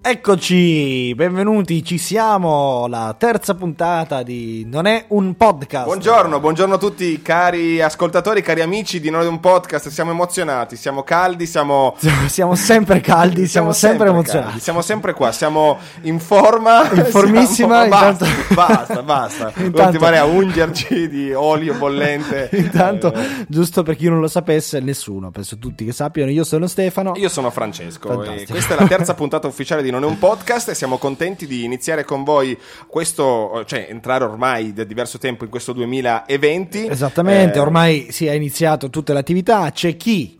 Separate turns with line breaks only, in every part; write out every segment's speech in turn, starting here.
Eccoci, benvenuti, ci siamo, la terza puntata di Non è un podcast.
Buongiorno a tutti cari ascoltatori, cari amici di Non è un podcast, siamo emozionati, siamo caldi, siamo
sempre caldi, siamo sempre emozionati.
Caldi. Siamo sempre qua, siamo in forma.
Informissima,
basta.
Intanto...
Continuare a ungerci di olio bollente.
Intanto, giusto per chi non lo sapesse, nessuno, penso tutti che sappiano, io sono Stefano.
Io sono Francesco.
Fantastico.
E questa è la terza puntata ufficiale di Non è un podcast e siamo contenti di iniziare con voi questo, cioè entrare ormai da diverso tempo in questo 2020.
Esattamente, ormai si è iniziato tutte le attività, c'è chi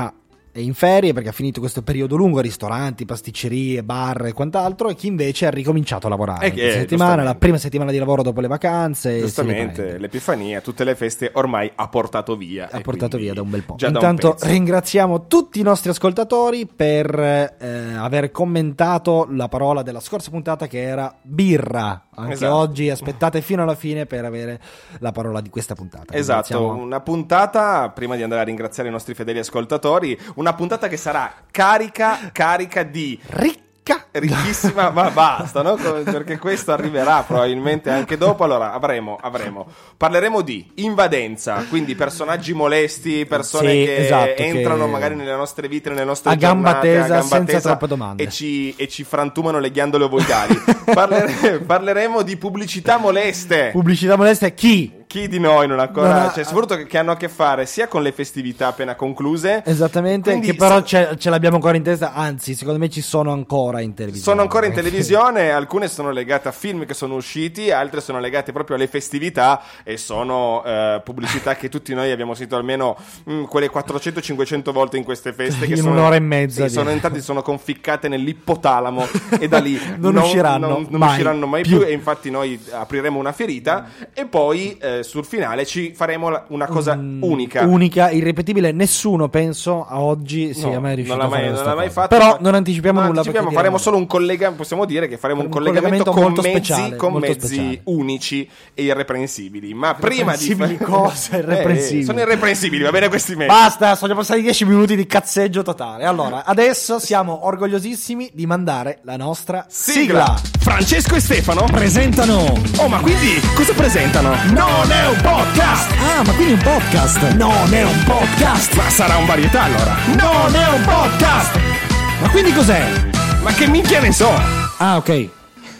è in ferie perché ha finito questo periodo lungo, ristoranti, pasticcerie, bar e quant'altro, e chi invece ha ricominciato a lavorare la prima settimana di lavoro dopo le vacanze.
Giustamente, l'Epifania, tutte le feste ormai ha portato via.
Da un bel po'. Intanto ringraziamo tutti i nostri ascoltatori per aver commentato la parola della scorsa puntata che era birra. Anche
esatto.
Oggi aspettate fino alla fine per avere la parola di questa puntata.
Esatto, una puntata, prima di andare a ringraziare i nostri fedeli ascoltatori, una puntata che sarà carica di ricchissima, ma basta, no? Perché questo arriverà probabilmente anche dopo. Allora parleremo di invadenza, quindi personaggi molesti, persone entrano magari nelle nostre vite, nelle nostre giornate a gamba
senza
tesa
troppe domande
e ci frantumano le ghiandole ovoidali. Parleremo di pubblicità moleste. Chi di noi non ha ancora, cioè soprattutto che hanno a che fare sia con le festività appena concluse.
Esattamente, quindi, che però ce l'abbiamo ancora in testa, anzi secondo me ci sono ancora in televisione.
Sono ancora in televisione, alcune sono legate a film che sono usciti, altre sono legate proprio alle festività e sono pubblicità che tutti noi abbiamo sentito almeno quelle 400-500 volte in queste feste. Che
in
sono,
un'ora e mezza.
Sono entrate, sono conficcate nell'ippotalamo e da lì
non usciranno
mai più. E infatti noi apriremo una ferita e poi sul finale ci faremo una cosa unica,
irripetibile. Nessuno penso a oggi sia mai riuscito a fare.
Non l'ha mai fatto.
Però non anticipiamo nulla.
Faremo solo possiamo dire che faremo un collegamento con mezzi unici e irreprensibili. Ma prima di
cosa irreprensibili?
Sono irreprensibili, va bene questi mezzi.
Basta, sono passati 10 minuti di cazzeggio totale. Allora, adesso siamo orgogliosissimi di mandare la nostra sigla.
Francesco e Stefano
presentano.
Oh, ma quindi cosa presentano? Non è un podcast.
Ah, ma quindi un podcast?
Non è un podcast. Ma sarà un varietà allora. Non è un podcast.
Ma quindi cos'è?
Ma che minchia ne so.
Ah, ok.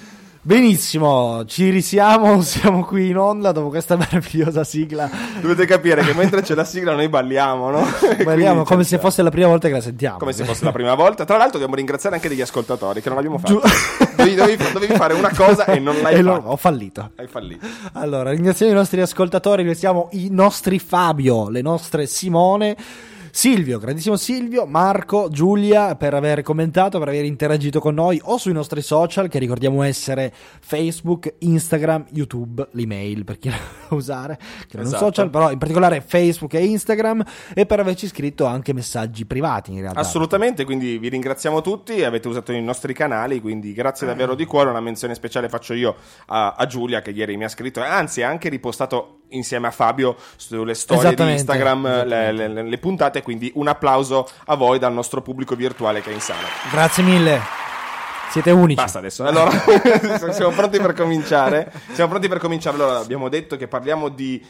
Benissimo, ci risiamo, siamo qui in onda dopo questa meravigliosa sigla.
Dovete capire che mentre c'è la sigla noi balliamo, no?
Balliamo come se fosse la prima volta che la sentiamo.
Come se fosse la prima volta. Tra l'altro dobbiamo ringraziare anche degli ascoltatori che non l'abbiamo fatto. Dovevi fare una cosa e non l'hai fatto.
Ho fallito.
Hai fallito.
Allora, ringraziamo i nostri ascoltatori, ringraziamo i nostri Fabio, le nostre Simone, Silvio, grandissimo Silvio, Marco, Giulia per aver commentato, per aver interagito con noi o sui nostri social che ricordiamo essere Facebook, Instagram, YouTube, l'email per chi la vuole usare, che non è un social, però in particolare Facebook e Instagram, e per averci scritto anche messaggi privati in realtà.
Assolutamente, quindi vi ringraziamo tutti, avete usato i nostri canali, quindi grazie davvero di cuore. Una menzione speciale faccio io a Giulia che ieri mi ha scritto, anzi ha anche ripostato insieme a Fabio sulle storie di Instagram le puntate, quindi un applauso a voi dal nostro pubblico virtuale che è in sala.
Grazie mille, siete unici.
Basta adesso, allora siamo pronti per cominciare. Allora abbiamo detto che parliamo di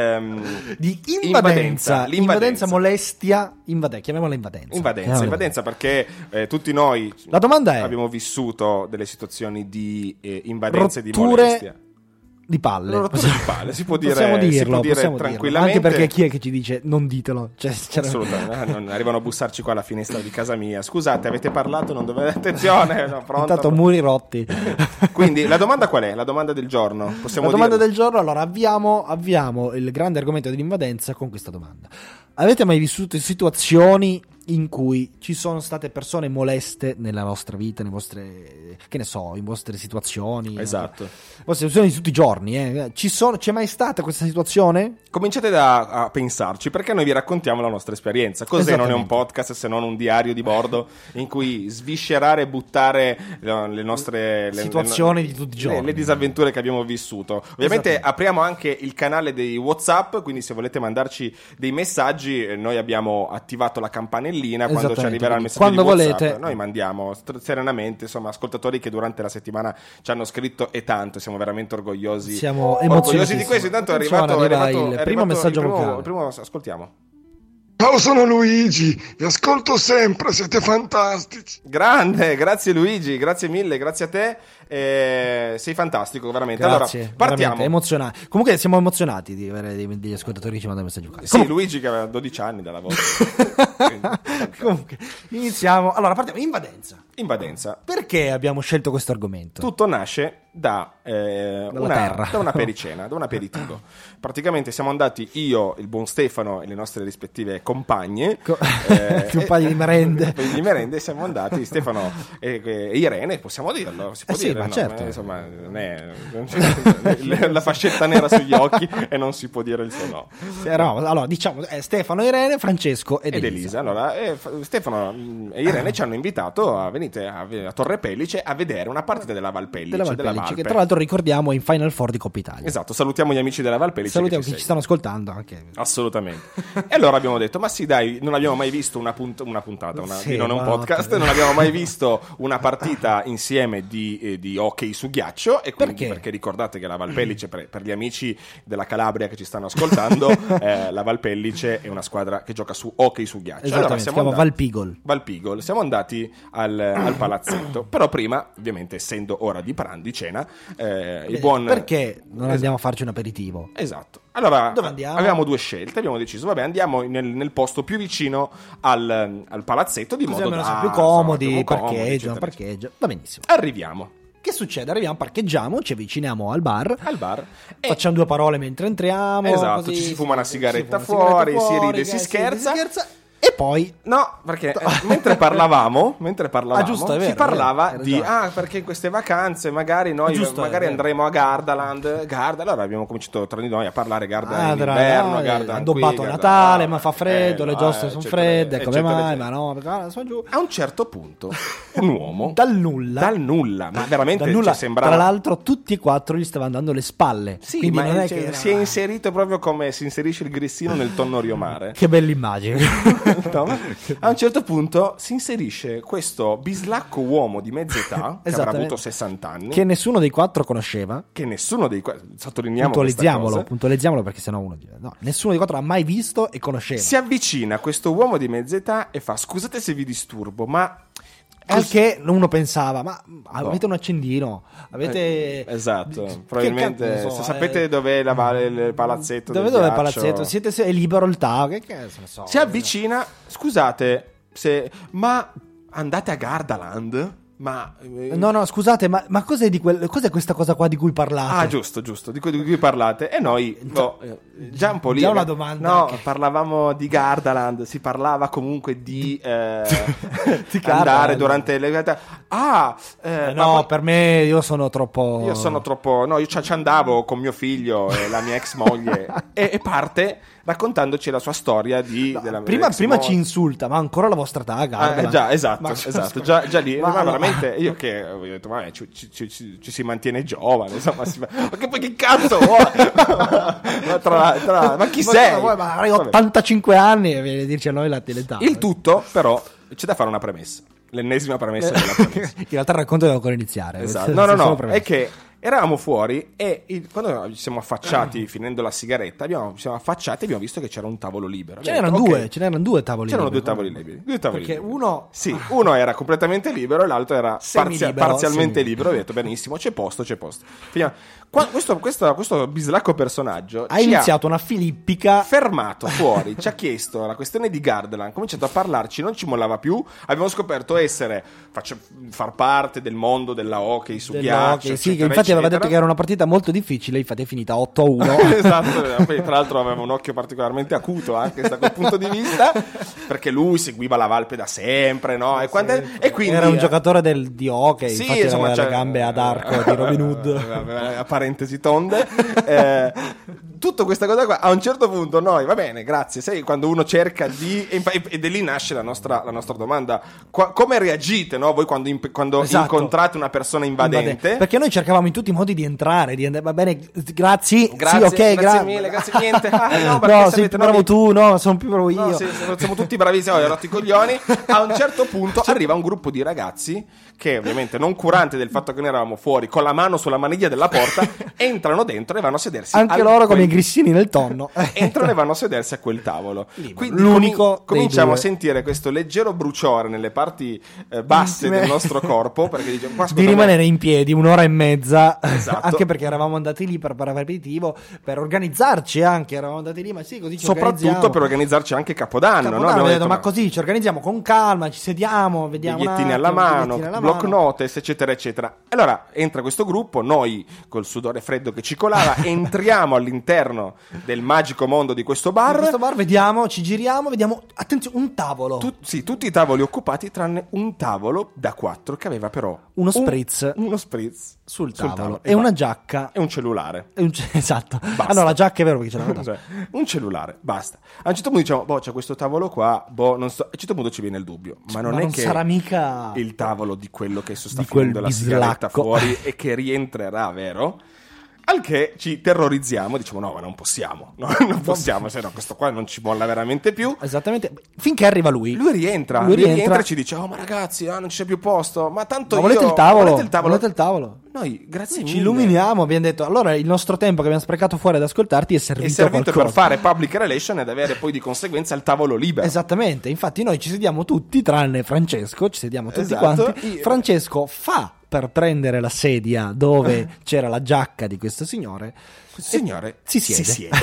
invadenza, molestia, chiamiamola invadenza
perché tutti noi
la domanda è,
abbiamo vissuto delle situazioni di invadenza e di molestia.
Di palle,
si può dire,
possiamo
tranquillamente
dirlo. Anche perché chi è che ci dice non ditelo, cioè,
assolutamente non arrivano a bussarci qua alla finestra di casa mia, scusate avete parlato, non dovete, attenzione, no, pronto.
Intanto muri rotti.
Quindi la domanda qual è? La domanda del giorno,
domanda del giorno. Allora avviamo il grande argomento dell'invadenza con questa domanda: avete mai vissuto situazioni in cui ci sono state persone moleste nella vostra vita, nelle vostre, che ne so, in vostre situazioni?
Esatto.
Vostre situazioni di tutti i giorni, c'è mai stata questa situazione?
Cominciate a pensarci, perché noi vi raccontiamo la nostra esperienza. Cos'è Non è un podcast se non un diario di bordo in cui sviscerare e buttare le nostre
situazioni di tutti i giorni,
le disavventure che abbiamo vissuto. Ovviamente apriamo anche il canale dei WhatsApp, quindi se volete mandarci dei messaggi messaggi, noi abbiamo attivato la campanellina, quando ci arriverà il messaggio
quando
di WhatsApp,
volete,
noi mandiamo serenamente, insomma, ascoltatori che durante la settimana ci hanno scritto e tanto, siamo veramente orgogliosi.
Siamo
orgogliosi di questo. Intanto è arrivato
il primo messaggio vocale.
Il primo, ascoltiamo.
Ciao, sono Luigi, vi ascolto sempre, siete fantastici.
Grande, grazie Luigi, grazie mille, grazie a te. Sei fantastico, veramente.
Grazie,
allora, partiamo.
Emozionati. Comunque siamo emozionati di avere degli ascoltatori che ci mandano messaggi vocali.
Sì, Luigi che aveva 12 anni dalla volta.
Comunque, iniziamo. Allora, partiamo.
Invadenza.
Perché abbiamo scelto questo argomento?
Tutto nasce da una pericena, da un aperitivo. Praticamente siamo andati io, il buon Stefano e le nostre rispettive compagne,
compagni di merende,
siamo andati, Stefano e Irene, possiamo dirlo, si può
sì,
dire,
ma
no?
certo.
Insomma, non è la fascetta nera sugli occhi e non si può dire il suo no.
Allora, diciamo Stefano, Irene, Francesco ed Elisa.
Allora, Stefano e Irene ci hanno invitato a venire a Torre Pellice a vedere una partita della Valpellice,
che tra l'altro ricordiamo in Final Four di Coppa Italia.
Esatto, salutiamo gli amici della Valpellice.
Salutiamo chi ci stanno ascoltando anche.
Assolutamente. E allora abbiamo detto, ma sì dai, non abbiamo mai visto un podcast, non abbiamo mai visto una partita insieme di hockey su ghiaccio, e quindi perché ricordate che la Valpellice, per gli amici della Calabria che ci stanno ascoltando, la Valpellice è una squadra che gioca su hockey su ghiaccio.
Allora, si chiama
Valpigol. Siamo andati al palazzetto, però prima, ovviamente essendo ora di pranzo, di cena, il buon...
Perché non andiamo a farci un aperitivo?
Esatto. Allora,
dove andiamo?
Avevamo due scelte, abbiamo deciso, vabbè, andiamo nel posto più vicino al palazzetto, di modo da
essere più comodi,
parcheggio.
Va benissimo.
Arriviamo.
Che succede? Arriviamo, parcheggiamo, ci avviciniamo al bar,
e
facciamo due parole mentre entriamo.
Esatto,
così,
ci si fuma una sigaretta fuori, si ride, si scherza.
E poi
no, perché mentre parlavamo
giusto, è vero,
si parlava
è vero,
di perché in queste vacanze magari noi andremo a Gardaland. Allora abbiamo cominciato tra di noi a parlare Gardaland in inverno, Gardaland
addobbato a Natale, ma fa freddo, le giostre sono fredde, come mai? Ma no, sono giù.
A un certo punto un uomo
dal nulla,
ma veramente
dal nulla,
sembrava...
Tra l'altro tutti e quattro gli stavano dando le spalle.
Sì,
quindi
ma
non è che
si è inserito proprio come si inserisce il grissino nel tonno riomare.
Che bella immagine.
No, a un certo punto si inserisce questo bislacco uomo di mezza età, che avrà avuto 60 anni,
che nessuno dei quattro conosceva, puntualizziamolo perché sennò nessuno dei quattro ha mai visto e conosceva.
Si avvicina a questo uomo di mezza età e fa: scusate se vi disturbo, ma
anche uno pensava, ma avete un accendino? Avete...
Esatto, probabilmente se sapete dov'è il palazzetto,
dov'è il palazzetto, è libero il tavolo,
si avvicina, scusate ma andate a Gardaland?
No, scusate, ma cos'è cos'è questa cosa qua di cui parlate?
Giusto, di cui parlate. E noi già un po' lì.
Già una domanda.
No, parlavamo di Gardaland, si parlava comunque di andare durante le
per me io sono troppo.
No, io ci andavo con mio figlio e la mia ex moglie e parte raccontandoci la sua storia
prima ci insulta, ma ancora la vostra tag.
Già, esatto, già lì, ma veramente io che ho detto, vabbè, ci si mantiene giovane, insomma, ma che poi che cazzo vuoi? ma chi sei?
Ma hai 85 anni e vieni a dirci a noi l'età.
Il tutto, però, c'è da fare una premessa. L'ennesima premessa della premessa.
In realtà il racconto deve ancora iniziare.
Esatto. No, è che eravamo fuori e quando ci siamo affacciati finendo la sigaretta, ci siamo affacciati e abbiamo visto che c'era un tavolo libero.
Ce n'erano due tavoli
liberi. Due tavoli liberi. Uno era completamente libero e l'altro era parzialmente libero. Ho detto benissimo, c'è posto. Questo bislacco personaggio
ha iniziato una filippica,
fermato fuori, ci ha chiesto la questione di Gardaland, ha cominciato a parlarci, non ci mollava più. Abbiamo scoperto far parte del mondo della hockey su ghiaccio,
sì, che infatti aveva detto che era una partita molto difficile, infatti è finita 8-1.
Esatto, poi, tra l'altro aveva un occhio particolarmente acuto anche da quel punto di vista, perché lui seguiva la Valpe da sempre, no? E quindi
era un giocatore di hockey, sì, infatti aveva le gambe ad arco di Robin Hood.
A parentesi tonde. tutta questa cosa qua, a un certo punto noi, va bene, grazie, sai quando uno cerca ed è lì nasce la nostra domanda, come reagite, no? Voi quando
Esatto.
incontrate una persona invadente?
Perché noi cercavamo in tutti i modi di entrare, va bene, grazie, sì, ok,
grazie mille, grazie niente. No, perché
no, sei
sapete,
più bravo tu, no, sono più bravo io.
No, siamo tutti bravissimi, ho rotto i coglioni. A un certo punto arriva un gruppo di ragazzi che ovviamente non curanti del fatto che noi eravamo fuori con la mano sulla maniglia della porta, entrano dentro e vanno a sedersi
anche loro come i grissini nel tonno.
Entrano e vanno a sedersi a quel tavolo. Quindi
l'unico
cominciamo a sentire questo leggero bruciore nelle parti basse del nostro corpo, perché diciamo,
di rimanere in piedi un'ora e mezza.
Esatto.
Anche perché eravamo andati lì per aperitivo, per organizzarci anche, eravamo andati lì, ma sì, così ci
soprattutto per organizzarci anche Capodanno, no?
Abbiamo detto, ma così ci organizziamo con calma, ci sediamo, vediamo
bigliettini alla mano, block notes, eccetera eccetera. Allora entra questo gruppo, noi col sudore freddo che ci colava entriamo all'interno del magico mondo di questo bar.
Vediamo, ci giriamo, vediamo, attenzione, un tavolo.
Tutti i tavoli occupati tranne un tavolo da 4 che aveva però
uno spritz
sul
tavolo e una giacca
e un cellulare.
Esatto.
Basta.
Ah no, la giacca è vero perché ce l'aveva.
Cioè, un cellulare, basta. A un certo punto diciamo, c'è questo tavolo qua, non so. A un certo punto ci viene il dubbio, ma non è che
sarà mica
il tavolo di quello che sta
di quel
finendo la
bislacco
sigaretta fuori e che rientrerà, vero? Al che ci terrorizziamo, diciamo no, ma non possiamo, se no questo qua non ci molla veramente più.
Esattamente, finché arriva lui.
Lui rientra e ci dice, ma ragazzi, non c'è più posto, ma tanto
volete il tavolo?
Noi, grazie mille.
Ci illuminiamo, abbiamo detto, allora il nostro tempo che abbiamo sprecato fuori ad ascoltarti è servito
per fare public relation ed avere poi di conseguenza il tavolo libero.
Esattamente, infatti noi ci sediamo tutti, tranne Francesco, ci sediamo tutti quanti. Francesco fa per prendere la sedia dove c'era la giacca di questo signore.
Signore
si siede.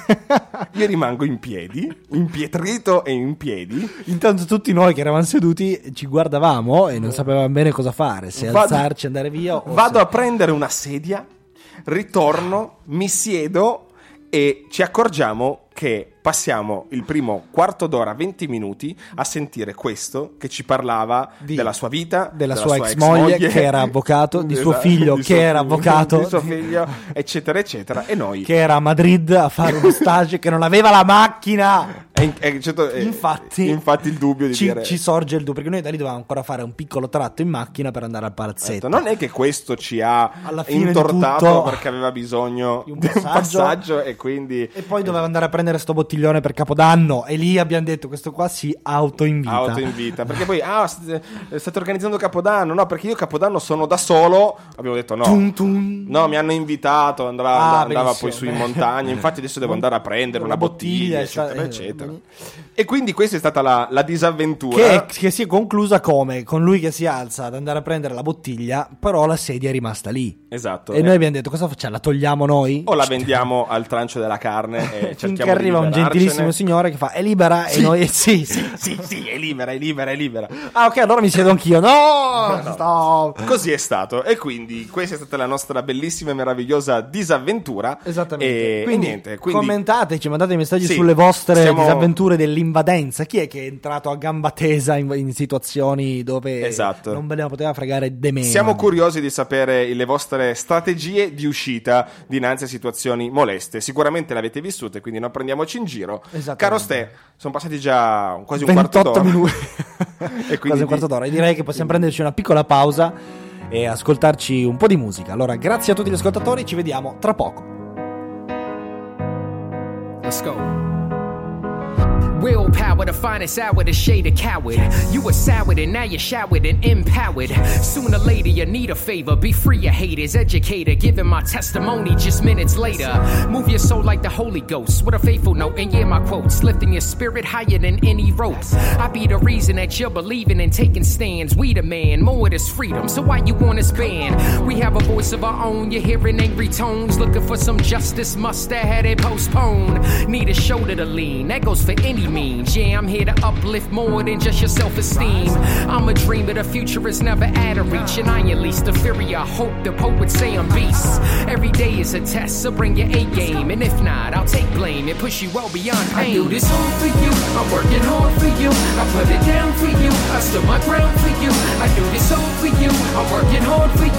Io rimango in piedi, impietrito e in piedi.
Intanto tutti noi che eravamo seduti ci guardavamo e non sapevamo bene cosa fare, se alzarci, andare via
vado a prendere una sedia, ritorno, mi siedo e ci accorgiamo che passiamo il primo quarto d'ora, 20 minuti a sentire questo che ci parlava della sua vita,
della sua ex moglie che era avvocato, di suo figlio che era avvocato,
di suo figlio, eccetera eccetera, e noi
che era a Madrid a fare uno stage, che non aveva la macchina.
Infatti il dubbio di dire
ci sorge il dubbio, perché noi da lì dovevamo ancora fare un piccolo tratto in macchina per andare al palazzetto.
Non è che questo ci ha intortato perché aveva bisogno di un passaggio e quindi
poi doveva andare a prendere sto bottiglione per Capodanno e lì abbiamo detto questo qua si autoinvita
perché poi state organizzando Capodanno, no, perché io Capodanno sono da solo, abbiamo detto no, no, mi hanno invitato, andava poi su in montagna, infatti adesso devo andare a prendere una bottiglia eccetera eccetera. E quindi questa è stata la disavventura
che si è conclusa come con lui che si alza ad andare a prendere la bottiglia, però la sedia è rimasta lì.
Esatto.
E noi abbiamo detto cosa facciamo? La togliamo noi?
O la vendiamo al trancio della carne e cerchiamo di
arriva un gentilissimo signore che fa è libera e noi sì
è libera.
Ah ok, allora mi siedo anch'io. No.
Così è stato e quindi questa è stata la nostra bellissima e meravigliosa disavventura.
Esattamente.
Quindi
commentateci, mandate messaggi sulle vostre disavventure dell'invadenza. Chi è che è entrato a gamba tesa in situazioni dove non ve ne poteva fregare de meno?
Siamo curiosi di sapere le vostre strategie di uscita dinanzi a situazioni moleste. Sicuramente le avete vissute, quindi non prendiamoci in giro. Caro Ste, sono passati già quasi un quarto d'ora.
Minuti. E quindi quasi un quarto d'ora. E direi che possiamo prenderci una piccola pausa e ascoltarci un po' di musica. Allora, grazie a tutti gli ascoltatori, ci vediamo tra poco.
Let's go. Willpower, the finest hour, the shade of coward. You were soured and now you're showered and empowered. Sooner or later you need a favor. Be free of haters, educator, giving my testimony just minutes later. Move your soul like the Holy Ghost with a faithful note and my quotes, lifting your spirit higher than any ropes. I be the reason that you're believing and taking stands. We demand more of this freedom, so why you want us banned? We have a voice of our own, you're hearing angry tones, looking for some justice, must have had it postponed. Need a shoulder to lean, that goes for any means. Yeah, I'm here to uplift more than just your self-esteem. I'm a dreamer, the future is never out of reach, and I unleash the fury. I hope the poets say I'm beast. Every day is a test, so bring your A game, and if not, I'll take blame and push you well beyond pain. I do this all for you, I'm working hard for you, I put it down for you, I stood my ground for you. I do this all for you, I'm working hard for you, I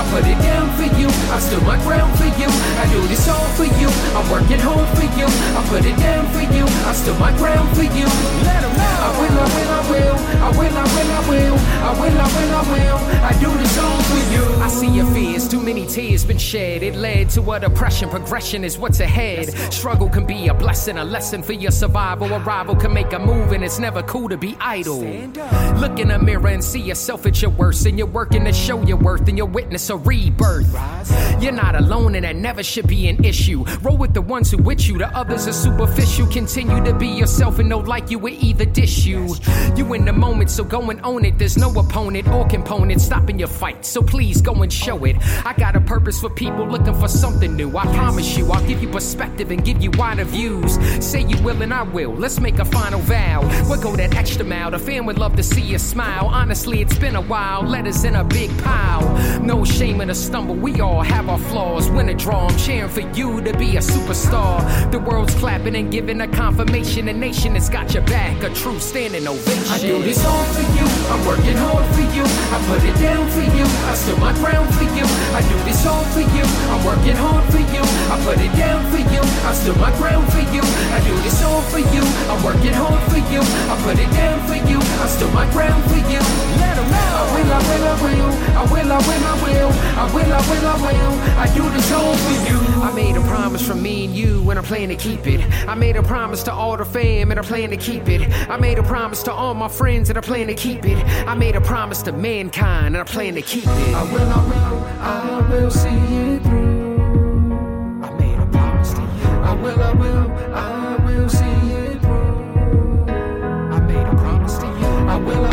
I put it down for you, I stood my ground for you. I do this all for you, I'm working hard for you. I put it down for you, I stood my ground for you. Let 'em know. I will, I will, I will. I will, I will, I will. I will, I will, I will. I do this all for you. I see your fears, too many tears been shed. It led to a depression, progression is what's ahead. Struggle can be a blessing, a lesson for your survival. A rival can make a move and it's never cool to be idle. Look in the mirror and see yourself at your worst, and you're working to show your worth, and you'll witness a rebirth. You're not alone and that never should be an issue. Roll with the ones who with you, the others are superficial. Continue to be yourself and know like you will either dish you. You in the moment, so go and own it. There's no opponent or component stopping your fight, so please go and show it. I got a purpose for people looking for something new. I promise you, I'll give you perspective and give you wider views. Say you will and I will, let's make a final vow. We'll go that extra mile, the fan would love to see you smile. Honestly, it's been a while, letters in a big pile. No shame in a stumble, we all have our flaws. Win a draw, I'm cheering for you to be a superstar. The world's clapping and giving a confirmation. A nation has got your back, a true standing ovation. I do this all for you, I'm working hard for you. I put it down for you, I stood my ground for you. I do this all for you, I'm working hard for you. I put it down for you, I stood my ground for you. I do this all for you, I'm working hard for you. I put it down for you, I stood my ground for you. Let 'em know. I will, I will, I will. I will, I will, I will. I will, I will, I will. I do this all for you. I made a promise from me and you, and I'm planning to keep it. I made a promise to all the fam, and I plan to keep it. I made a promise to all my friends, and I plan to keep it. I made a promise to mankind, and I plan to keep it. I will, I will see it through. I made a promise to you. I will, I will see it through. I made a promise to you. I will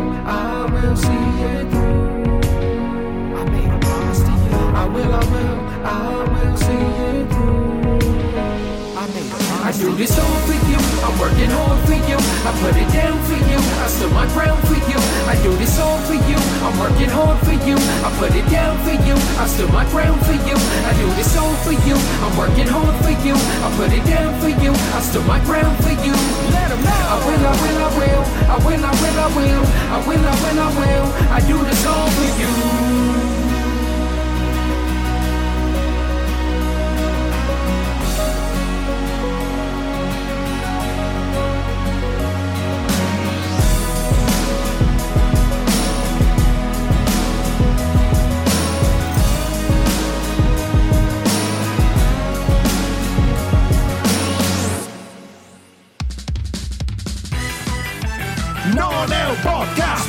see it through. I made a promise to you. I will see it through. I made a promise. I do this all for you, I'm working hard for you. I put it down for you, I stood my ground for you. I do this all for you, I'm working hard for you. I put it down for you, I stood my ground for you. I do this all for you, I'm working hard for you. I put it down for you, I stood my ground for you. Let 'em know. I will, I will, I will. I will, I will, I will. I will, I will, I will. I do this all for you.
Non è un podcast!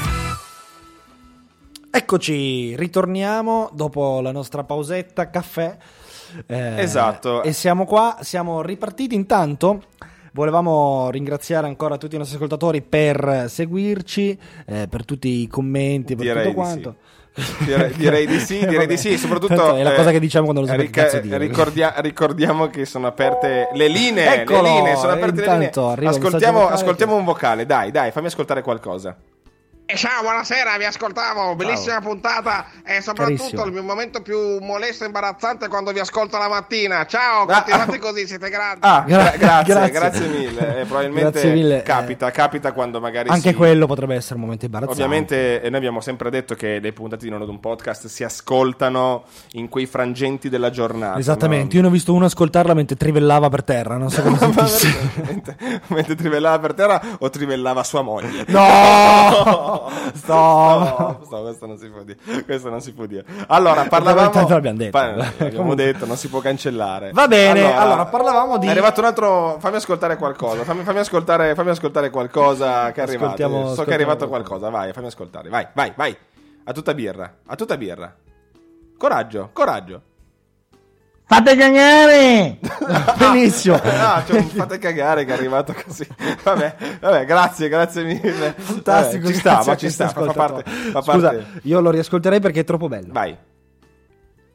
Eccoci, ritorniamo dopo la nostra pausetta caffè.
Esatto.
E siamo qua, siamo ripartiti. Intanto volevamo ringraziare ancora tutti i nostri ascoltatori per seguirci, per tutti i commenti, per tutto quanto.
Direi di sì, direi di sì, soprattutto
tanto è la cosa che diciamo quando non sapete che cazzo dire.
Ricordiamo che sono aperte le linee,
Eccolo,
le linee, sono aperte le linee. Ascoltiamo
che...
un vocale, dai, fammi ascoltare qualcosa.
Ciao, buonasera, vi ascoltavo, bellissima puntata e soprattutto
Carissimo.
il mio momento più molesto e imbarazzante è quando vi ascolto la mattina. Ciao, continuate così, siete grandi.
Grazie mille. Probabilmente
Grazie mille.
Capita quando magari
anche quello potrebbe essere un momento imbarazzante.
Ovviamente noi abbiamo sempre detto che le puntate di Non ad un podcast si ascoltano in quei frangenti della giornata.
Esattamente,
no?
io ne ho visto uno ascoltarla mentre trivellava per terra, non so come sentisse.
Mentre trivellava per terra o trivellava sua moglie.
No!
Questo non si può dire. Questo non si può dire. Allora, parlavamo.
Tanto l'abbiamo detto.
Abbiamo detto, non si può cancellare.
Va bene, allora parlavamo di.
È arrivato un altro. Fammi ascoltare qualcosa. Fammi ascoltare qualcosa che è arrivato. So che è arrivato qualcosa. Vai, fammi ascoltare. Vai. A tutta birra. Coraggio.
Fate cagare!
Benissimo.
Fate cagare che è arrivato così. Vabbè, grazie mille.
Fantastico.
Ci sta, fa parte.
Scusa, io lo riascolterei perché è troppo bello.
Vai.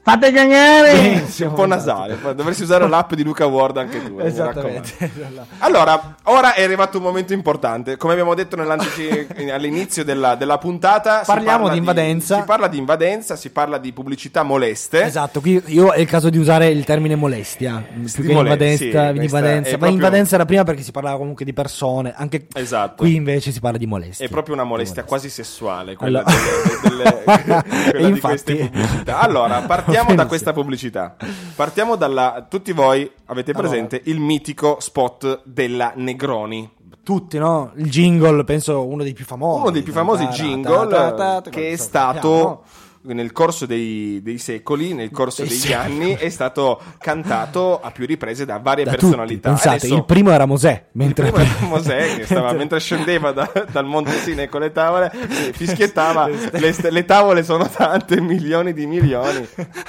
Fate cagare!
Un po' nasale, dovresti usare l'app di Luca Ward anche tu.
Esattamente.
Allora, ora è arrivato un momento importante. Come abbiamo detto all'inizio della puntata,
parliamo di invadenza.
Si parla di invadenza, si parla di pubblicità moleste.
Esatto, qui io è il caso di usare il termine molestia più che invadenza. Ma invadenza era prima perché si parlava comunque di persone. Anche qui invece si parla di molestia.
È proprio una molestia quasi sessuale quella
Allora.
quella di queste pubblicità. Allora, partiamo da questa pubblicità. Partiamo tutti voi avete presente il mitico spot della Negroni.
Tutti, no? Il jingle, penso uno dei più famosi.
Uno dei più famosi jingle che è stato nel corso dei secoli, nel corso degli anni, è stato cantato a più riprese da varie personalità.
Pensate, adesso, il primo era Mosè.
Mentre Mosè, che stava, mentre scendeva dal Monte Sinai con le tavole, fischiettava, le tavole sono tante, milioni di milioni.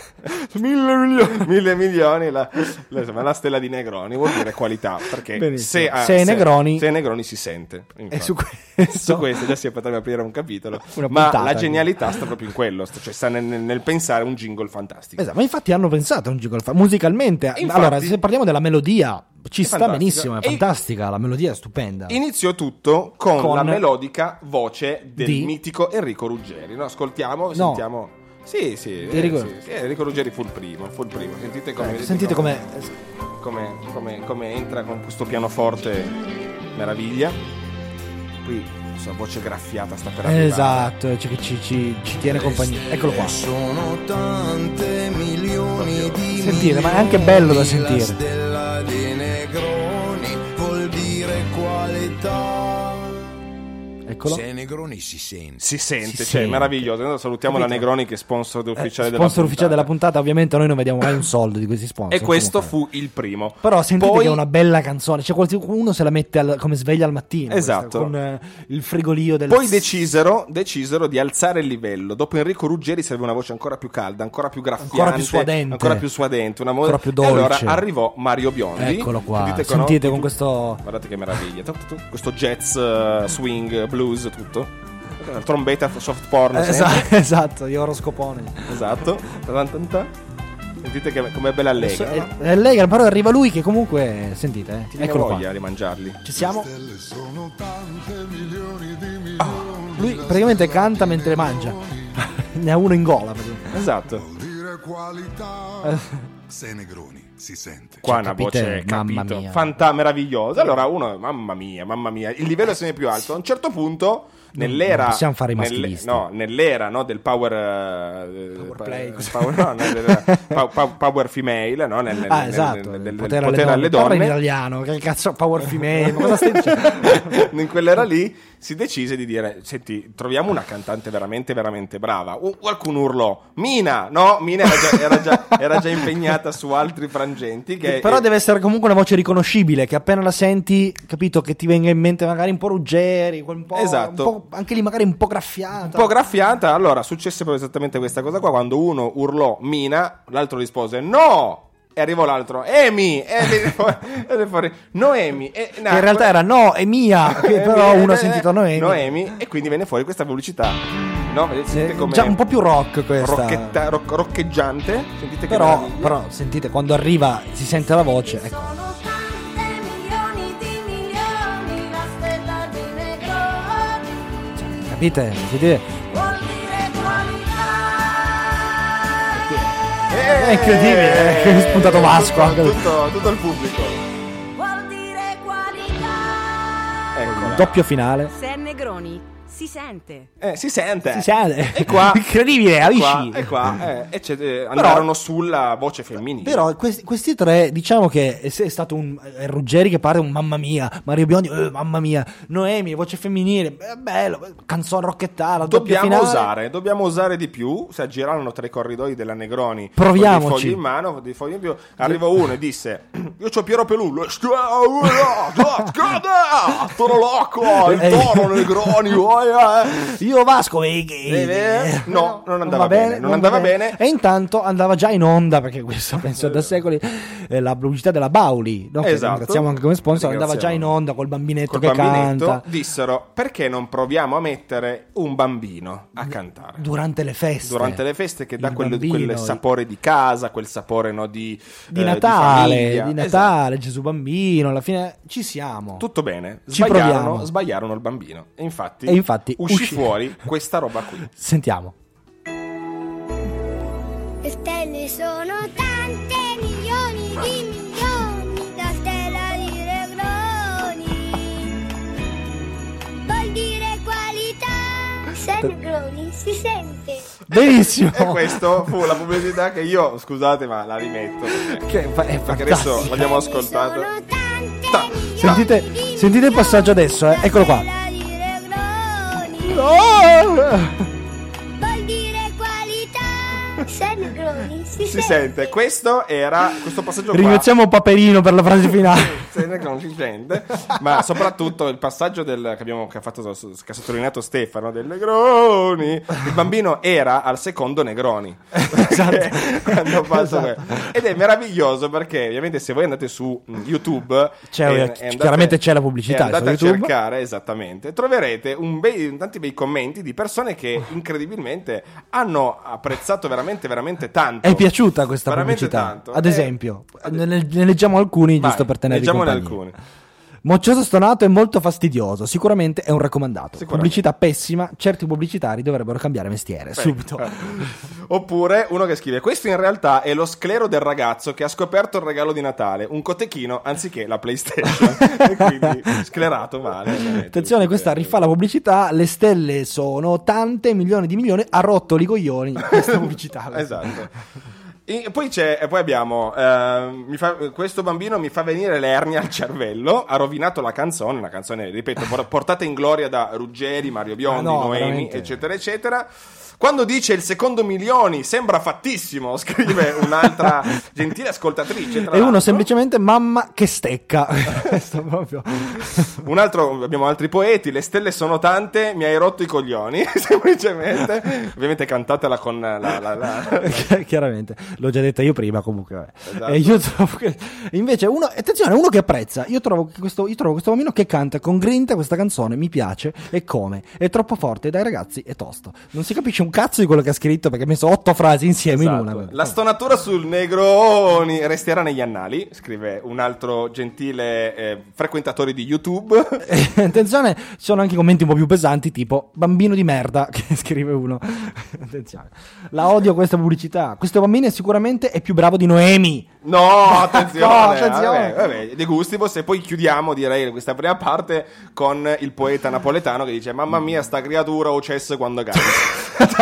Mille milioni, la stella di Negroni vuol dire qualità, perché se è Negroni si sente.
E su
questo già si potrebbe aprire un capitolo. Ma la genialità sta proprio in quello, cioè sta nel pensare un jingle fantastico.
Esatto, ma infatti hanno pensato a un jingle musicalmente. Infatti, allora, se parliamo della melodia, ci sta benissimo, è fantastica, la melodia è stupenda.
Iniziò tutto con la melodica voce del mitico Enrico Ruggeri. No, ascoltiamo, sentiamo. Sì, Enrico Ruggeri fu il primo. Sentite come entra con questo pianoforte meraviglia. Qui sua voce graffiata sta per arrivare.
Esatto, cioè che ci tiene compagnia. Eccolo qua.
Sono tante milioni di
sentire, ma è anche bello da sentire.
Stella di Negroni vuol dire qualità.
Eccolo.
Se Negroni si
sente, cioè meraviglioso. Noi salutiamo la Negroni che è sponsor ufficiale
della puntata. Ovviamente noi non vediamo mai un soldo di questi sponsor.
E questo fu il primo.
Però sentite che è una bella canzone. Cioè qualcuno se la mette come sveglia al mattino.
Esatto.
Con il frigolio del.
Poi decisero di alzare il livello. Dopo Enrico Ruggeri serve una voce ancora più calda, ancora più graffiante, ancora più suadente,
ancora più dolce.
E allora arrivò Mario Biondi.
Eccolo qua. Sentite con questo.
Guardate che meraviglia. Questo jazz, swing, blues, tutto. Trombetta, soft porn.
Esatto, gli oroscoponi.
Esatto. Sentite com'è bella allegra.
È allegra, però arriva lui che comunque, sentite,
eccolo voglia di mangiarli.
Ci siamo? Lui praticamente canta mentre mangia. Ne ha uno in gola.
Esatto.
Se Negroni si sente.
Qua una voce, capito, meravigliosa. Allora mamma mia, il livello è sempre più alto. A un certo punto nell'era,
non possiamo fare i maschilisti.
Nell'era del power
play,
power female, no?
Esatto,
del potere alle donne.
In italiano, che cazzo power female? Ma cosa stai dicendo?
In quell'era lì si decise di dire: senti, troviamo una cantante veramente veramente brava. Qualcuno urlò Mina, no? Mina era già impegnata su altri frangenti
però deve essere comunque una voce riconoscibile, che appena la senti, capito, che ti venga in mente magari un po' Ruggeri, un po', anche lì magari un po' graffiata. Allora successe proprio esattamente questa cosa qua. Quando uno urlò Mina, l'altro rispose no, e arrivò l'altro Emi, fuori Noemi, in realtà era no, è mia, però uno ha sentito
Noemi, e quindi venne fuori questa pubblicità, no?
Già un po' più rock questa,
roccheggiante. Sentite
però sentite quando arriva, si sente la voce, ecco.
Sono tante milioni di milioni, la stella di Negroni.
Capite? Sentite?
Vuol dire qualità.
È incredibile, è spuntato Vasco anche
tutto il pubblico.
Vuol dire qualità.
Eccola.
Doppio finale.
Se è Negroni si sente.
Si sente.
E qua incredibile, amici.
E qua andarono sulla voce femminile.
Però questi tre, diciamo che è stato è Ruggeri che parla un mamma mia, Mario Biondi mamma mia, Noemi voce femminile, bello, canzone rocchettara.
Dobbiamo usare di più. Si aggirarono tra i corridoi della Negroni.
Proviamoci.
Con dei fogli in mano, dei fogli in più. Arrivò uno e disse: io c'ho Piero Pelù. Sono loco, il toro Negroni.
Io Vasco
no, non andava bene, non andava bene.
E intanto andava già in onda, perché questo penso da secoli, la pubblicità della Bauli, no? Che
Esatto.
ringraziamo anche come sponsor, andava già in onda col bambinetto
Col
che
bambinetto
canta
dissero: perché non proviamo a mettere un bambino a cantare
durante le feste,
che dà
Il
quel
bambino,
sapore di casa, quel sapore, no, di
Natale,
famiglia. Esatto.
Gesù bambino, alla fine ci siamo.
Tutto bene,
Ci proviamo.
sbagliarono il bambino e infatti uscì
uscì
fuori questa roba qui.
Sentiamo.
Le stelle sono tante, milioni di milioni, la stella di Negroni vuol dire qualità. Se Negroni si sente.
Benissimo.
E questo fu la pubblicità che io, scusate, ma la rimetto perché adesso l'abbiamo ascoltato.
Sono tante,
Sentite il passaggio adesso, eccolo qua.
vuol dire qualità. Se Negroni
Si sente, questo passaggio qua.
Ringraziamo Paperino per la frase finale.
Se non si sente, ma soprattutto il passaggio che ha sottolineato Stefano del Negroni. Il bambino era al secondo Negroni. Quando ed è meraviglioso perché ovviamente se voi andate su YouTube
chiaramente c'è la pubblicità,
e andate
su
a
YouTube.
cercare esattamente, troverete tanti bei commenti di persone che incredibilmente hanno apprezzato veramente veramente tanto.
È piaciuta questa
Veramente
pubblicità.
tanto.
Ad esempio, ne leggiamo alcuni giusto per tenervi compagnia.
Alcuni.
Moccioso stonato e molto fastidioso. Sicuramente è un raccomandato. Pubblicità pessima. Certi pubblicitari dovrebbero cambiare mestiere subito.
Oppure uno che scrive: questo in realtà è lo sclero del ragazzo che ha scoperto il regalo di Natale, un cotechino anziché la PlayStation. E quindi sclerato male.
Attenzione, questa rifà la pubblicità. Le stelle sono tante, milioni di milioni. Ha rotto i coglioni questa pubblicità.
Esatto. Poi abbiamo questo bambino mi fa venire l'ernia al cervello, ha rovinato la canzone, ripeto, portata in gloria da Ruggeri, Mario Biondi, Noemi,
veramente.
eccetera eccetera. Quando dice il secondo milioni sembra fattissimo, scrive un'altra gentile ascoltatrice. Tra
E uno
l'altro.
semplicemente mamma che stecca. Questo proprio.
Un altro, abbiamo altri poeti, le stelle sono tante, mi hai rotto i coglioni, semplicemente. Ovviamente cantatela con la...
Chiaramente, l'ho già detta io prima comunque.
Esatto.
Io trovo che invece uno che apprezza, io trovo questo bambino che canta con grinta questa canzone, mi piace, e come? È troppo forte, dai ragazzi è tosto. Non si capisce un cazzo di quello che ha scritto perché ha messo 8 frasi insieme in una.
La stonatura sul Negroni resterà negli annali, scrive un altro gentile frequentatore di YouTube.
Attenzione, ci sono anche commenti un po' più pesanti, tipo bambino di merda, che scrive uno. Attenzione, la odio questa pubblicità. Questo bambino sicuramente è più bravo di Noemi.
No, attenzione,
No, attenzione.
Vabbè, De Gustibus. E poi chiudiamo, direi, questa prima parte con il poeta napoletano che dice: mamma mia, sta creatura o cesse quando canta.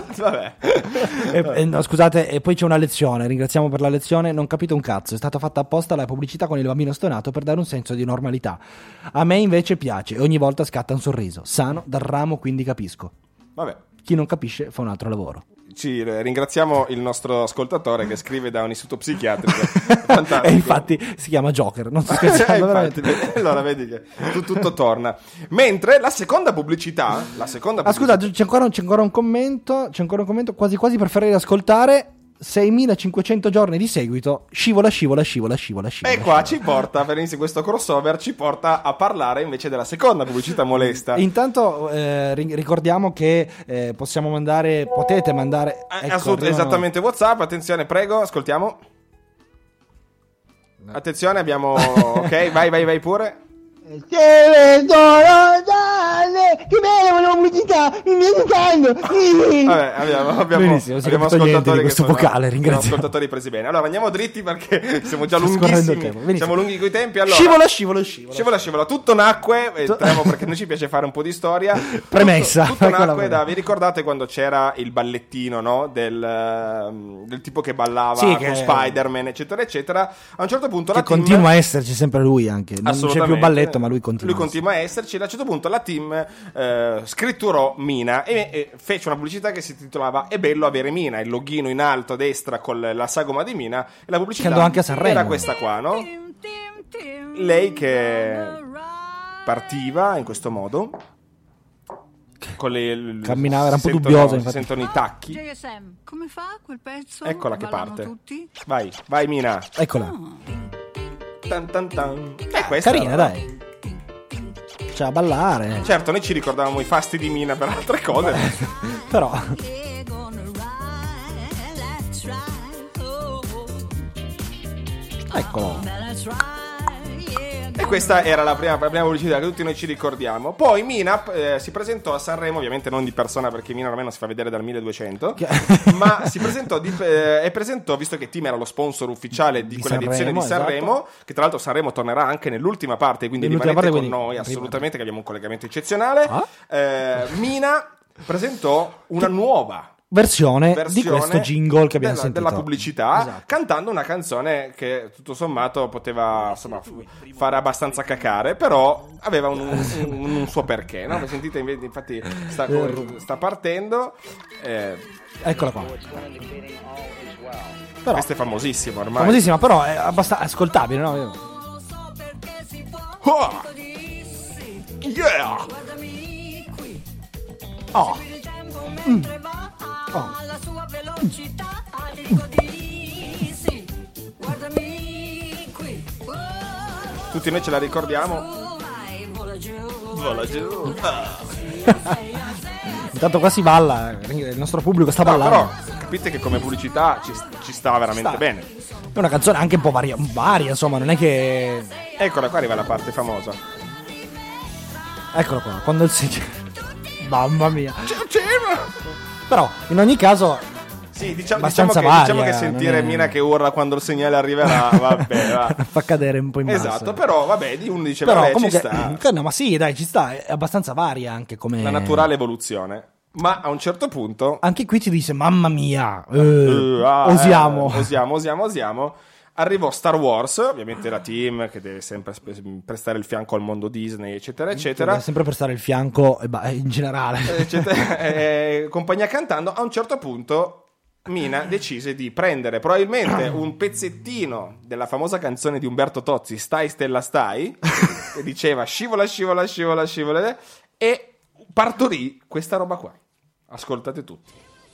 Vabbè.
No, scusate, e poi c'è una lezione. Ringraziamo per la lezione. Non capito un cazzo. È stata fatta apposta la pubblicità con il bambino stonato per dare un senso di normalità. A me invece piace e ogni volta scatta un sorriso sano dal ramo, quindi capisco.
Vabbè.
Chi non capisce fa un altro lavoro.
Ci ringraziamo il nostro ascoltatore che scrive da un istituto psichiatrico. Fantastico.
E infatti si chiama Joker, non sto scherzando.
Infatti, allora vedi che tutto torna. Mentre la seconda pubblicità,
scusate, c'è ancora un commento, quasi quasi preferirei ascoltare 6.500 giorni di seguito, scivola.
E qua ci porta, per iniziare questo crossover, ci porta a parlare invece della seconda pubblicità molesta.
Intanto ricordiamo che potete mandare
esattamente WhatsApp. Attenzione, prego, ascoltiamo. Attenzione, abbiamo ok, vai pure.
Che bella pubblicità, mi viene
Vabbè, abbiamo
benissimo,
abbiamo ascoltatori
questo vocale, ringraziamo.
ascoltatori presi bene. Allora andiamo dritti perché siamo già lunghissimi. Siamo lunghi coi tempi. Allora, scivola. Tutto nacque, entriamo perché noi ci piace fare un po' di storia.
Premessa.
Tutto nacque vi ricordate quando c'era il ballettino, no? Del tipo che ballava con Spider-Man, eccetera, eccetera. A un certo punto
che continua a esserci sempre lui anche. Non c'è più balletto, ma lui continua
a esserci. A un certo punto la team scritturò Mina e fece una pubblicità che si titolava "È bello avere Mina", il loghino in alto a destra con la sagoma di Mina, e la pubblicità
anche a Sanremo.
era questa qua, no? Lei che partiva in questo modo. con le
camminava, era un po'
si
dubbiosa,
si
infatti.
sentono i tacchi.
JSM, come fa quel pezzo?
Eccola che
Ballano
parte.
tutti?
Vai Mina.
Eccola.
Tan tan tan. Questa
Carina,
era-
dai. C'è a ballare.
Certo, noi ci ricordavamo i fasti di Mina per altre cose.
Però eccolo.
E questa era la prima pubblicità che tutti noi ci ricordiamo. Poi Mina si presentò a Sanremo, ovviamente non di persona perché Mina ormai non si fa vedere dal 1200, ma si presentò e presentò, visto che Team era lo sponsor ufficiale di quell'edizione di Sanremo,
esatto.
che tra l'altro Sanremo tornerà anche nell'ultima parte, quindi
Nell'ultima
rimanete
parte,
con
quindi
noi assolutamente, che abbiamo un collegamento eccezionale. Mina presentò una nuova
versione di questo jingle che abbiamo sentito.
della pubblicità,
Esatto.
cantando una canzone che tutto sommato poteva fare abbastanza cacare, però aveva un suo perché, no? Sentite, infatti sta partendo,
Eccola qua. Però,
questa è famosissima ormai.
famosissima, però è abbastanza ascoltabile, no?
Oh! Yeah!
Oh.
Tutti noi ce la ricordiamo. Vola giù.
Intanto qua si balla, il nostro pubblico sta
No,
ballando.
però capite che come pubblicità ci sta veramente bene.
È una canzone anche un po' varia, insomma, non è che...
Eccola, qua arriva la parte famosa.
Eccola qua, quando il mamma mia. Però, in ogni caso,
Sì, diciamo
abbastanza
che
varia,
sentire
non è-
Mina che urla quando il segnale arriverà, vabbè, va.
fa cadere un po' in massa.
Esatto, però vabbè, di uno dice
Però
vabbè,
comunque,
ci sta.
no, ma sì, dai, ci sta, è abbastanza varia anche come...
La naturale evoluzione. Ma a un certo punto
Anche qui ci dice, mamma mia, osiamo.
Osiamo. Arrivò Star Wars, ovviamente la team che deve sempre prestare il fianco al mondo Disney, eccetera, eccetera.
Deve sempre prestare il fianco, in generale.
Eccetera. Compagnia cantando. A un certo punto Mina decise di prendere probabilmente un pezzettino della famosa canzone di Umberto Tozzi, Stai Stella Stai, che diceva scivola, e partorì questa roba qua. Ascoltate tutti.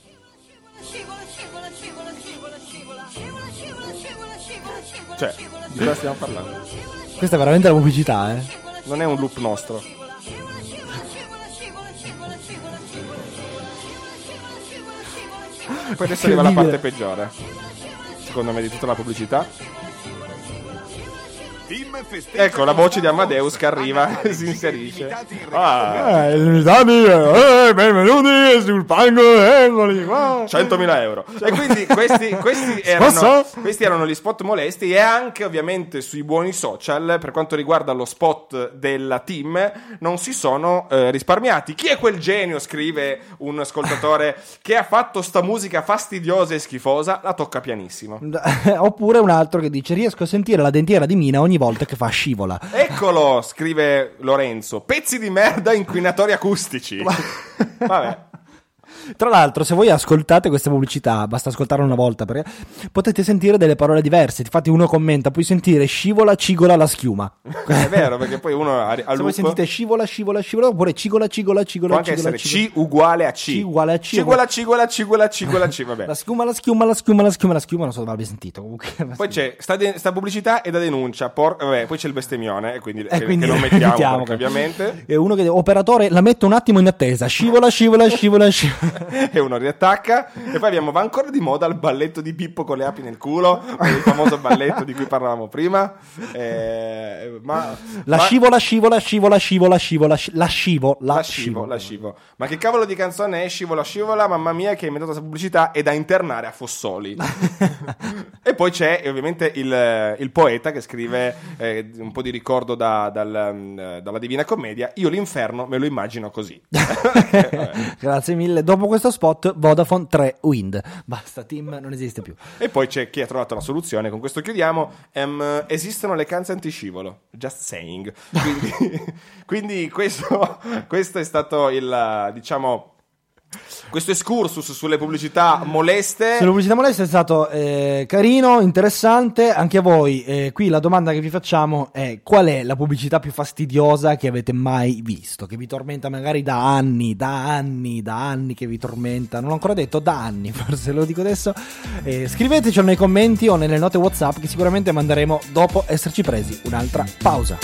Cioè, di cosa stiamo parlando?
Questa è veramente la pubblicità,
Non è un loop nostro. Poi adesso arriva la parte peggiore, secondo me, di tutta la pubblicità. Ecco la voce di Amadeus che arriva e si inserisce.
benvenuti sul palco, eccoli qua.
100.000 euro. E quindi questi erano gli spot molesti, e anche ovviamente sui buoni social, per quanto riguarda lo spot della team, non si sono risparmiati. Chi è quel genio, scrive un ascoltatore, che ha fatto sta musica fastidiosa e schifosa? La tocca pianissimo.
Oppure un altro che dice, riesco a sentire la dentiera di Mina ogni volta che fa scivola.
Eccolo, scrive Lorenzo, pezzi di merda inquinatori acustici. Vabbè.
Tra l'altro, se voi ascoltate queste pubblicità, basta ascoltarla una volta, perché potete sentire delle parole diverse. Infatti uno commenta, puoi sentire scivola, cigola, la schiuma.
È vero, perché poi uno a
Se
loop
voi sentite scivola, oppure cigola,
può anche essere C uguale a C.
C uguale a C.
Cigola, vabbè.
La schiuma, non so se l'abbia sentito. Comunque.
Poi c'è sta pubblicità e da denuncia, vabbè, poi c'è il bestemmione, quindi,
quindi
che non mettiamo
evitiamo,
perché, ovviamente.
E uno che operatore la mette un attimo in attesa, scivola.
E uno riattacca. E poi va ancora di moda il balletto di Pippo con le api nel culo, il famoso balletto di cui parlavamo prima.
Scivola.
Ma che cavolo di canzone è scivola, mamma mia, che ha inventato questa pubblicità, è da internare a Fossoli. E poi c'è ovviamente il poeta che scrive un po' di ricordo dalla Divina Commedia. Io l'inferno me lo immagino così.
Grazie mille. Dopo questo spot Vodafone 3 Wind. Basta, team non esiste più.
E poi c'è chi ha trovato la soluzione. Con questo chiudiamo. Esistono le canze antiscivolo. Just saying. Quindi questo è stato Questo excursus sulle pubblicità moleste.
Sulle pubblicità moleste è stato carino, interessante. Anche a voi, qui la domanda che vi facciamo è: qual è la pubblicità più fastidiosa che avete mai visto? Che vi tormenta magari da anni che vi tormenta. Non l'ho ancora detto, da anni, forse lo dico adesso. Scrivetecelo nei commenti o nelle note WhatsApp, che sicuramente manderemo dopo esserci presi un'altra pausa.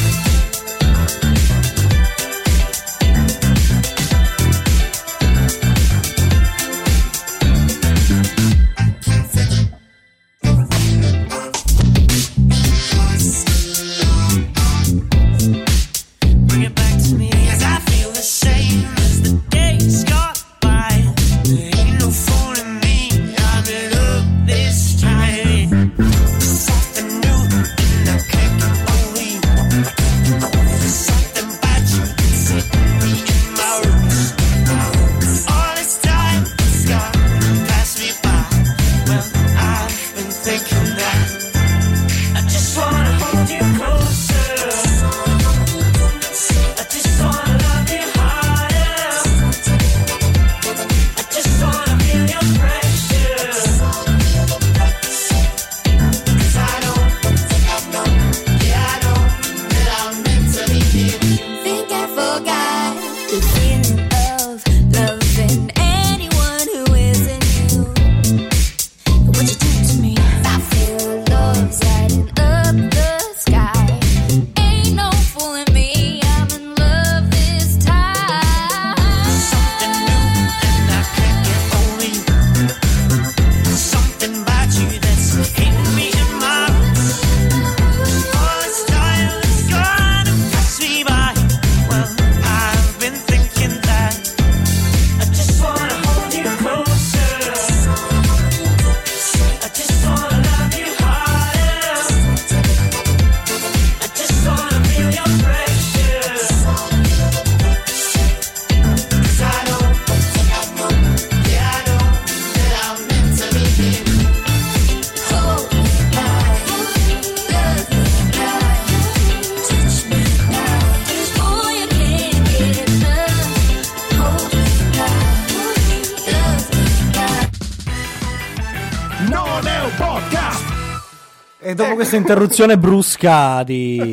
E dopo questa interruzione brusca di...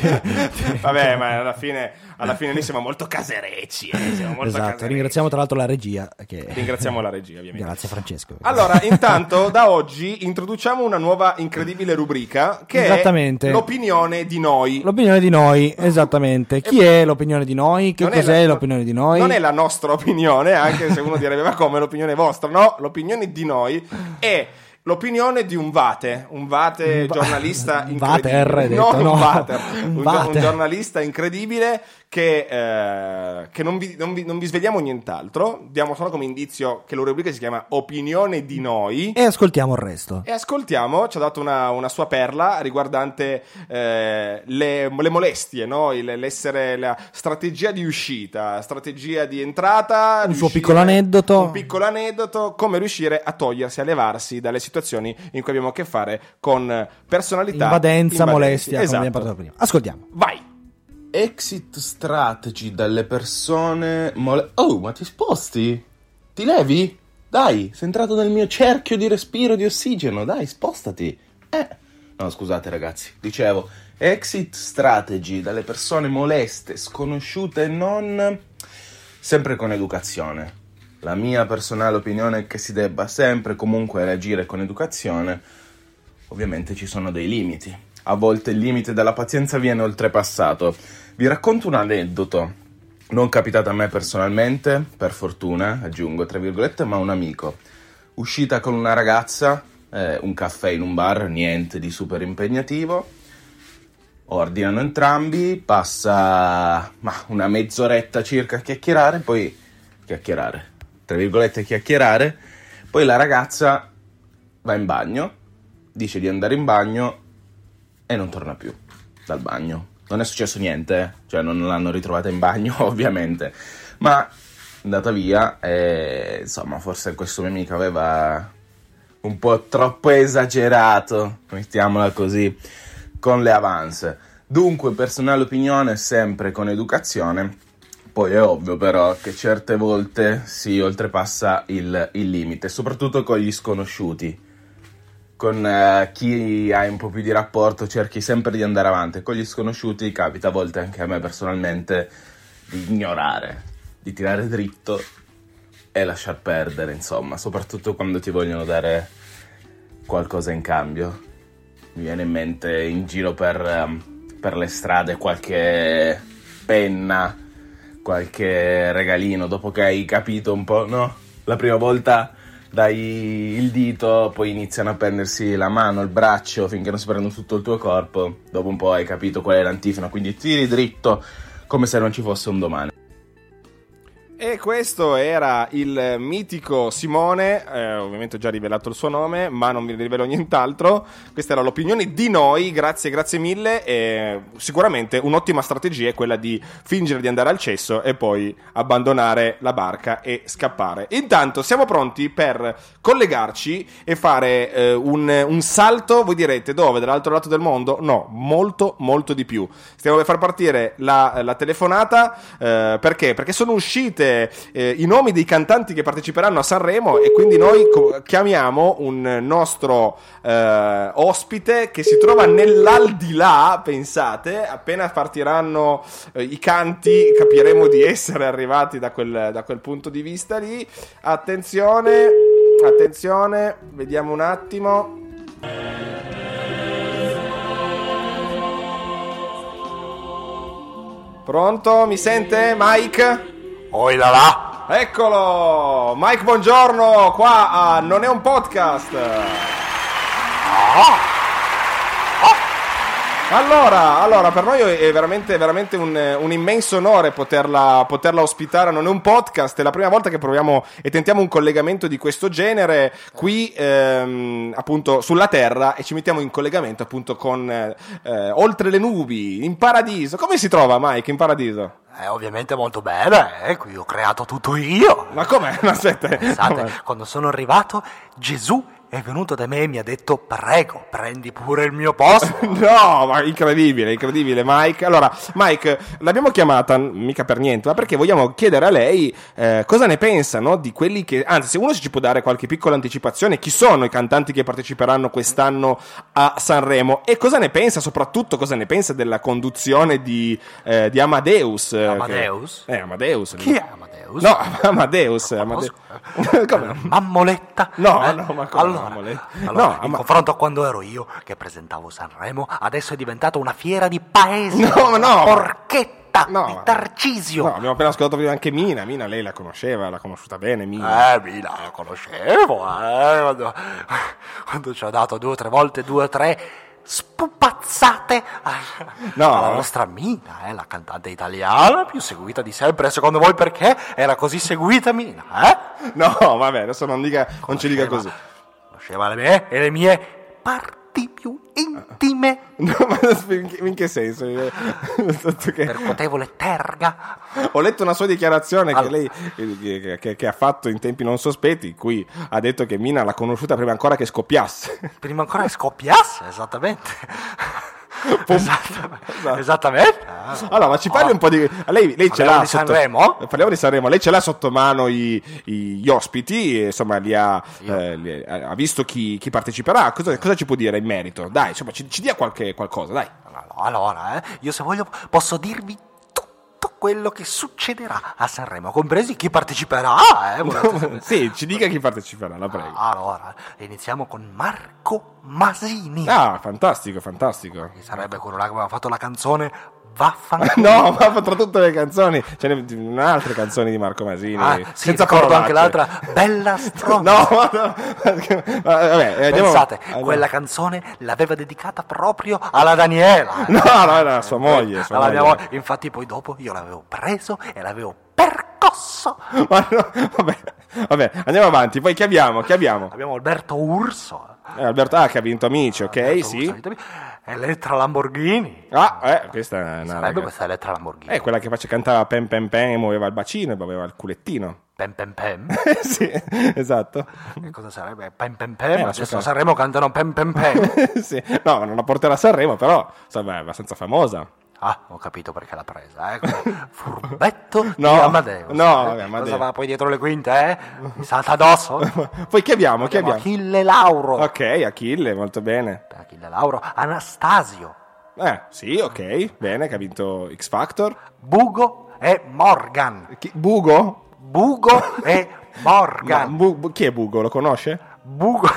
Vabbè, ma alla fine noi siamo molto caserecci. Siamo molto caserecci.
Ringraziamo tra l'altro la regia.
Ringraziamo la regia, ovviamente.
Grazie Francesco.
Allora, intanto, da oggi introduciamo una nuova incredibile rubrica che è l'opinione di noi.
L'opinione di noi, esattamente. Chi è l'opinione di noi? Che cos'è l'opinione di noi?
Non è la nostra opinione, anche se uno direbbe ma come l'opinione vostra? No, l'opinione di noi è... l'opinione di un vate giornalista incredibile. Un giornalista incredibile che non vi svegliamo nient'altro, diamo solo come indizio che la rubrica si chiama Opinione di noi.
E ascoltiamo il resto.
Ci ha dato una sua perla riguardante le molestie, no? L'essere la strategia di uscita, strategia di entrata.
Un suo piccolo aneddoto.
Un piccolo aneddoto, come riuscire a togliersi, a levarsi dalle situazioni in cui abbiamo a che fare con personalità.
Invadenza, molestia,
esatto.
Come abbiamo parlato prima. Ascoltiamo.
Vai!
Exit strategy dalle persone Oh, ma ti sposti? Ti levi? Dai, sei entrato nel mio cerchio di respiro di ossigeno. Dai, spostati. No, scusate ragazzi. Dicevo, exit strategy dalle persone moleste, sconosciute e non, sempre con educazione. La mia personale opinione è che si debba sempre comunque reagire con educazione. Ovviamente ci sono dei limiti. A volte il limite della pazienza viene oltrepassato. Vi racconto un aneddoto. Non capitato a me personalmente, per fortuna, aggiungo tra virgolette, ma un amico. Uscita con una ragazza, un caffè in un bar, niente di super impegnativo. Ordinano entrambi, passa una mezz'oretta circa a chiacchierare, poi tra virgolette chiacchierare, poi la ragazza va in bagno, dice di andare in bagno e non torna più dal bagno. Non è successo niente, cioè non l'hanno ritrovata in bagno ovviamente, ma è andata via e insomma forse questo mio amico aveva un po' troppo esagerato, mettiamola così, con le avance. Dunque, personale opinione, sempre con educazione, Poi è ovvio però che certe volte si oltrepassa il limite, soprattutto con gli sconosciuti. Con chi hai un po' più di rapporto cerchi sempre di andare avanti, con gli sconosciuti capita a volte anche a me personalmente di ignorare, di tirare dritto e lasciar perdere, insomma, soprattutto quando ti vogliono dare qualcosa in cambio. Mi viene in mente in giro per le strade qualche penna, qualche regalino, dopo che hai capito un po', no? La prima volta dai il dito, poi iniziano a prendersi la mano, il braccio, finché non si prendono tutto il tuo corpo. Dopo un po' hai capito qual è l'antifona, quindi tiri dritto come se non ci fosse un domani.
E questo era il mitico Simone, ovviamente ho già rivelato il suo nome, ma non vi rivelo nient'altro. Questa era l'opinione di noi, grazie mille. E sicuramente un'ottima strategia è quella di fingere di andare al cesso e poi abbandonare la barca e scappare. Intanto siamo pronti per collegarci e fare un salto. Voi direte, dove? Dall'altro lato del mondo? No, molto di più. Stiamo per far partire la telefonata, perché? Perché sono uscite i nomi dei cantanti che parteciperanno a Sanremo e quindi noi chiamiamo un nostro ospite che si trova nell'aldilà, pensate. Appena partiranno i canti capiremo di essere arrivati da quel punto di vista lì. Attenzione, vediamo un attimo. Pronto? Mi sente, Mike?
Oi là là!
Eccolo! Mike, buongiorno, qua a Non è un podcast. Allora, per noi è veramente un immenso onore poterla ospitare a Non è un podcast. È la prima volta che proviamo e tentiamo un collegamento di questo genere qui, appunto, sulla Terra, e ci mettiamo in collegamento appunto con oltre le nubi, in paradiso. Come si trova, Mike, in paradiso?
Ovviamente molto bene, qui ho creato tutto io.
Ma com'è? Aspetta.
Pensate, quando sono arrivato, Gesù è venuto da me e mi ha detto: prego, prendi pure il mio posto.
No, ma incredibile, Mike. Allora, Mike, l'abbiamo chiamata mica per niente, ma perché vogliamo chiedere a lei cosa ne pensa, no? Di quelli che, anzi, se uno ci può dare qualche piccola anticipazione, chi sono i cantanti che parteciperanno quest'anno a Sanremo e cosa ne pensa, soprattutto cosa ne pensa della conduzione di Amadeus.
Amadeus?
Amadeus.
Chi è Amadeus?
No, Amadeus. Come?
Mammoletta?
No, ma come?
Allora, in confronto a quando ero io che presentavo Sanremo, adesso è diventata una fiera di paesi.
No.
Porchetta di Tarcisio.
No, abbiamo appena ascoltato prima anche Mina. Mina lei la conosceva, l'ha conosciuta bene, Mina.
Mina la conoscevo, quando ci ho dato 2 o 3 volte, 2 o 3 spupazzate alla nostra Mina, la cantante italiana più seguita di sempre. Secondo voi perché era così seguita Mina?
No, vabbè, adesso non ci dica così.
Conosceva le mie e le mie parti più intime.
No, ma in che senso?
Percutevole terga.
Ho letto una sua dichiarazione che lei che ha fatto in tempi non sospetti, in cui ha detto che Mina l'ha conosciuta prima ancora che scoppiasse.
Prima ancora che scoppiasse, esattamente. Esattamente.
Allora, ma ci parli un po' di lei ce l'ha
di Sanremo?
Parliamo di Sanremo. Lei ce l'ha sotto mano gli ospiti, insomma, ha visto chi parteciperà. Cosa ci può dire in merito? Dai, insomma, ci dia qualcosa, dai.
Allora, io se voglio posso dirvi tutto quello che succederà a Sanremo, compresi chi parteciperà.
Sì, ci dica chi parteciperà, la prego.
Allora, iniziamo con Marco Masini.
Ah, fantastico.
Che sarebbe quello là che aveva fatto la canzone Vaffanculo.
No, ma tra tutte le canzoni ce ne altre canzoni di Marco Masini.
Senza ricordo anche l'altra, Bella Stronza.
Vabbè,
pensate, quella canzone l'aveva dedicata proprio alla Daniela.
No, era sua moglie.
Mia moglie. Infatti poi dopo io l'avevo preso e l'avevo percosso.
Ma no, vabbè, andiamo avanti. Poi chi abbiamo?
Abbiamo Alberto Urso.
Alberto che ha vinto Amici, ok, Alberto sì.
Urso, Elettra Lamborghini.
Questa è una
sarebbe questa Elettra Lamborghini.
È quella che cantava pem pem pem, muoveva il bacino e muoveva il culettino.
Pem pem pem?
Sì, esatto.
Che cosa sarebbe? Pem pem pem? Adesso a Sanremo cantano pem pem pem.
Sì. No, ma non la porterà a Sanremo, però insomma è abbastanza famosa.
Ah, ho capito perché l'ha presa, furbetto
No,
di Amadeus.
no, Amadeus.
Cosa va poi dietro le quinte, Mi salta addosso?
Poi chi abbiamo?
Achille Lauro.
Ok, Achille, molto bene.
Achille Lauro. Anastasio.
Sì, ok, bene, che ha vinto X Factor.
Bugo e Morgan.
Bugo?
Bugo e Morgan.
Chi è Bugo? Lo conosce?
Bugo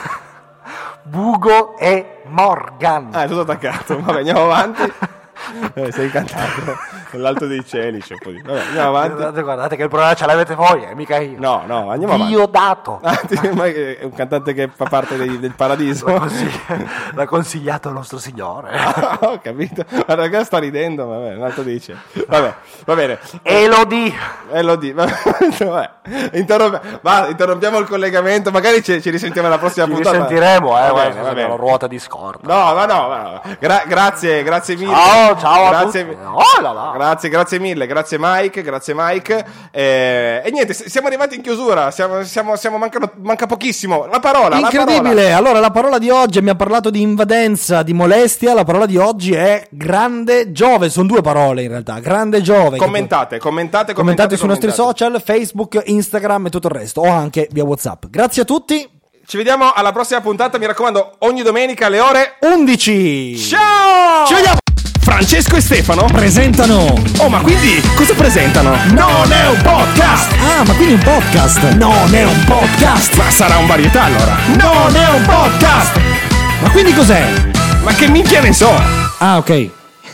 e Morgan.
È tutto attaccato. Vabbè, andiamo avanti. Sei incantato nell'alto dei cieli. C'è un po' di... Vabbè, andiamo avanti.
Guardate che il problema ce l'avete voi, mica io.
No, andiamo avanti.
Diodato.
È un cantante che fa parte del paradiso.
L'ha consigliato il nostro Signore.
Ho capito. La ragazza sta ridendo, vabbè, un altro dice. Vabbè, va bene.
Elodie.
Vabbè. Interrompiamo il collegamento. Magari ci risentiamo alla prossima puntata.
Ci risentiremo,
va bene.
Una ruota di scorta.
No. Grazie mille.
Ciao a tutti.
Grazie mille, grazie Mike. E niente, siamo arrivati in chiusura. Manca pochissimo. La parola.
Incredibile. Allora, la parola di oggi, mi ha parlato di invadenza, di molestia. La parola di oggi è grande Giove. Sono due parole in realtà. Grande Giove.
Commentate
sui nostri social, Facebook, Instagram e tutto il resto. O anche via WhatsApp. Grazie a tutti.
Ci vediamo alla prossima puntata. Mi raccomando, ogni domenica alle ore
11.
Ciao!
Ci vediamo.
Francesco e Stefano
presentano.
Oh, ma quindi cosa presentano?
Non è un podcast. Ah, ma quindi un podcast? Non è un podcast.
Ma sarà un varietà allora?
Non è un podcast. Ma quindi cos'è?
Ma che minchia ne so?
Ah, ok.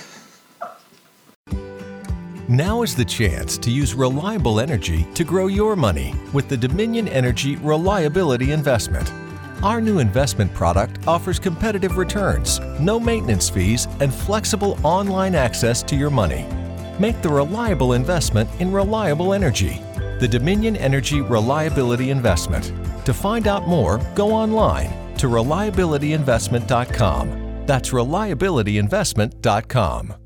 Now is the chance to use reliable energy to grow your money with the Dominion Energy Reliability Investment. Our new investment product offers competitive returns, no maintenance fees, and flexible online access to your money. Make the reliable investment in reliable energy. The Dominion Energy Reliability Investment. To find out more, go online to reliabilityinvestment.com. That's reliabilityinvestment.com.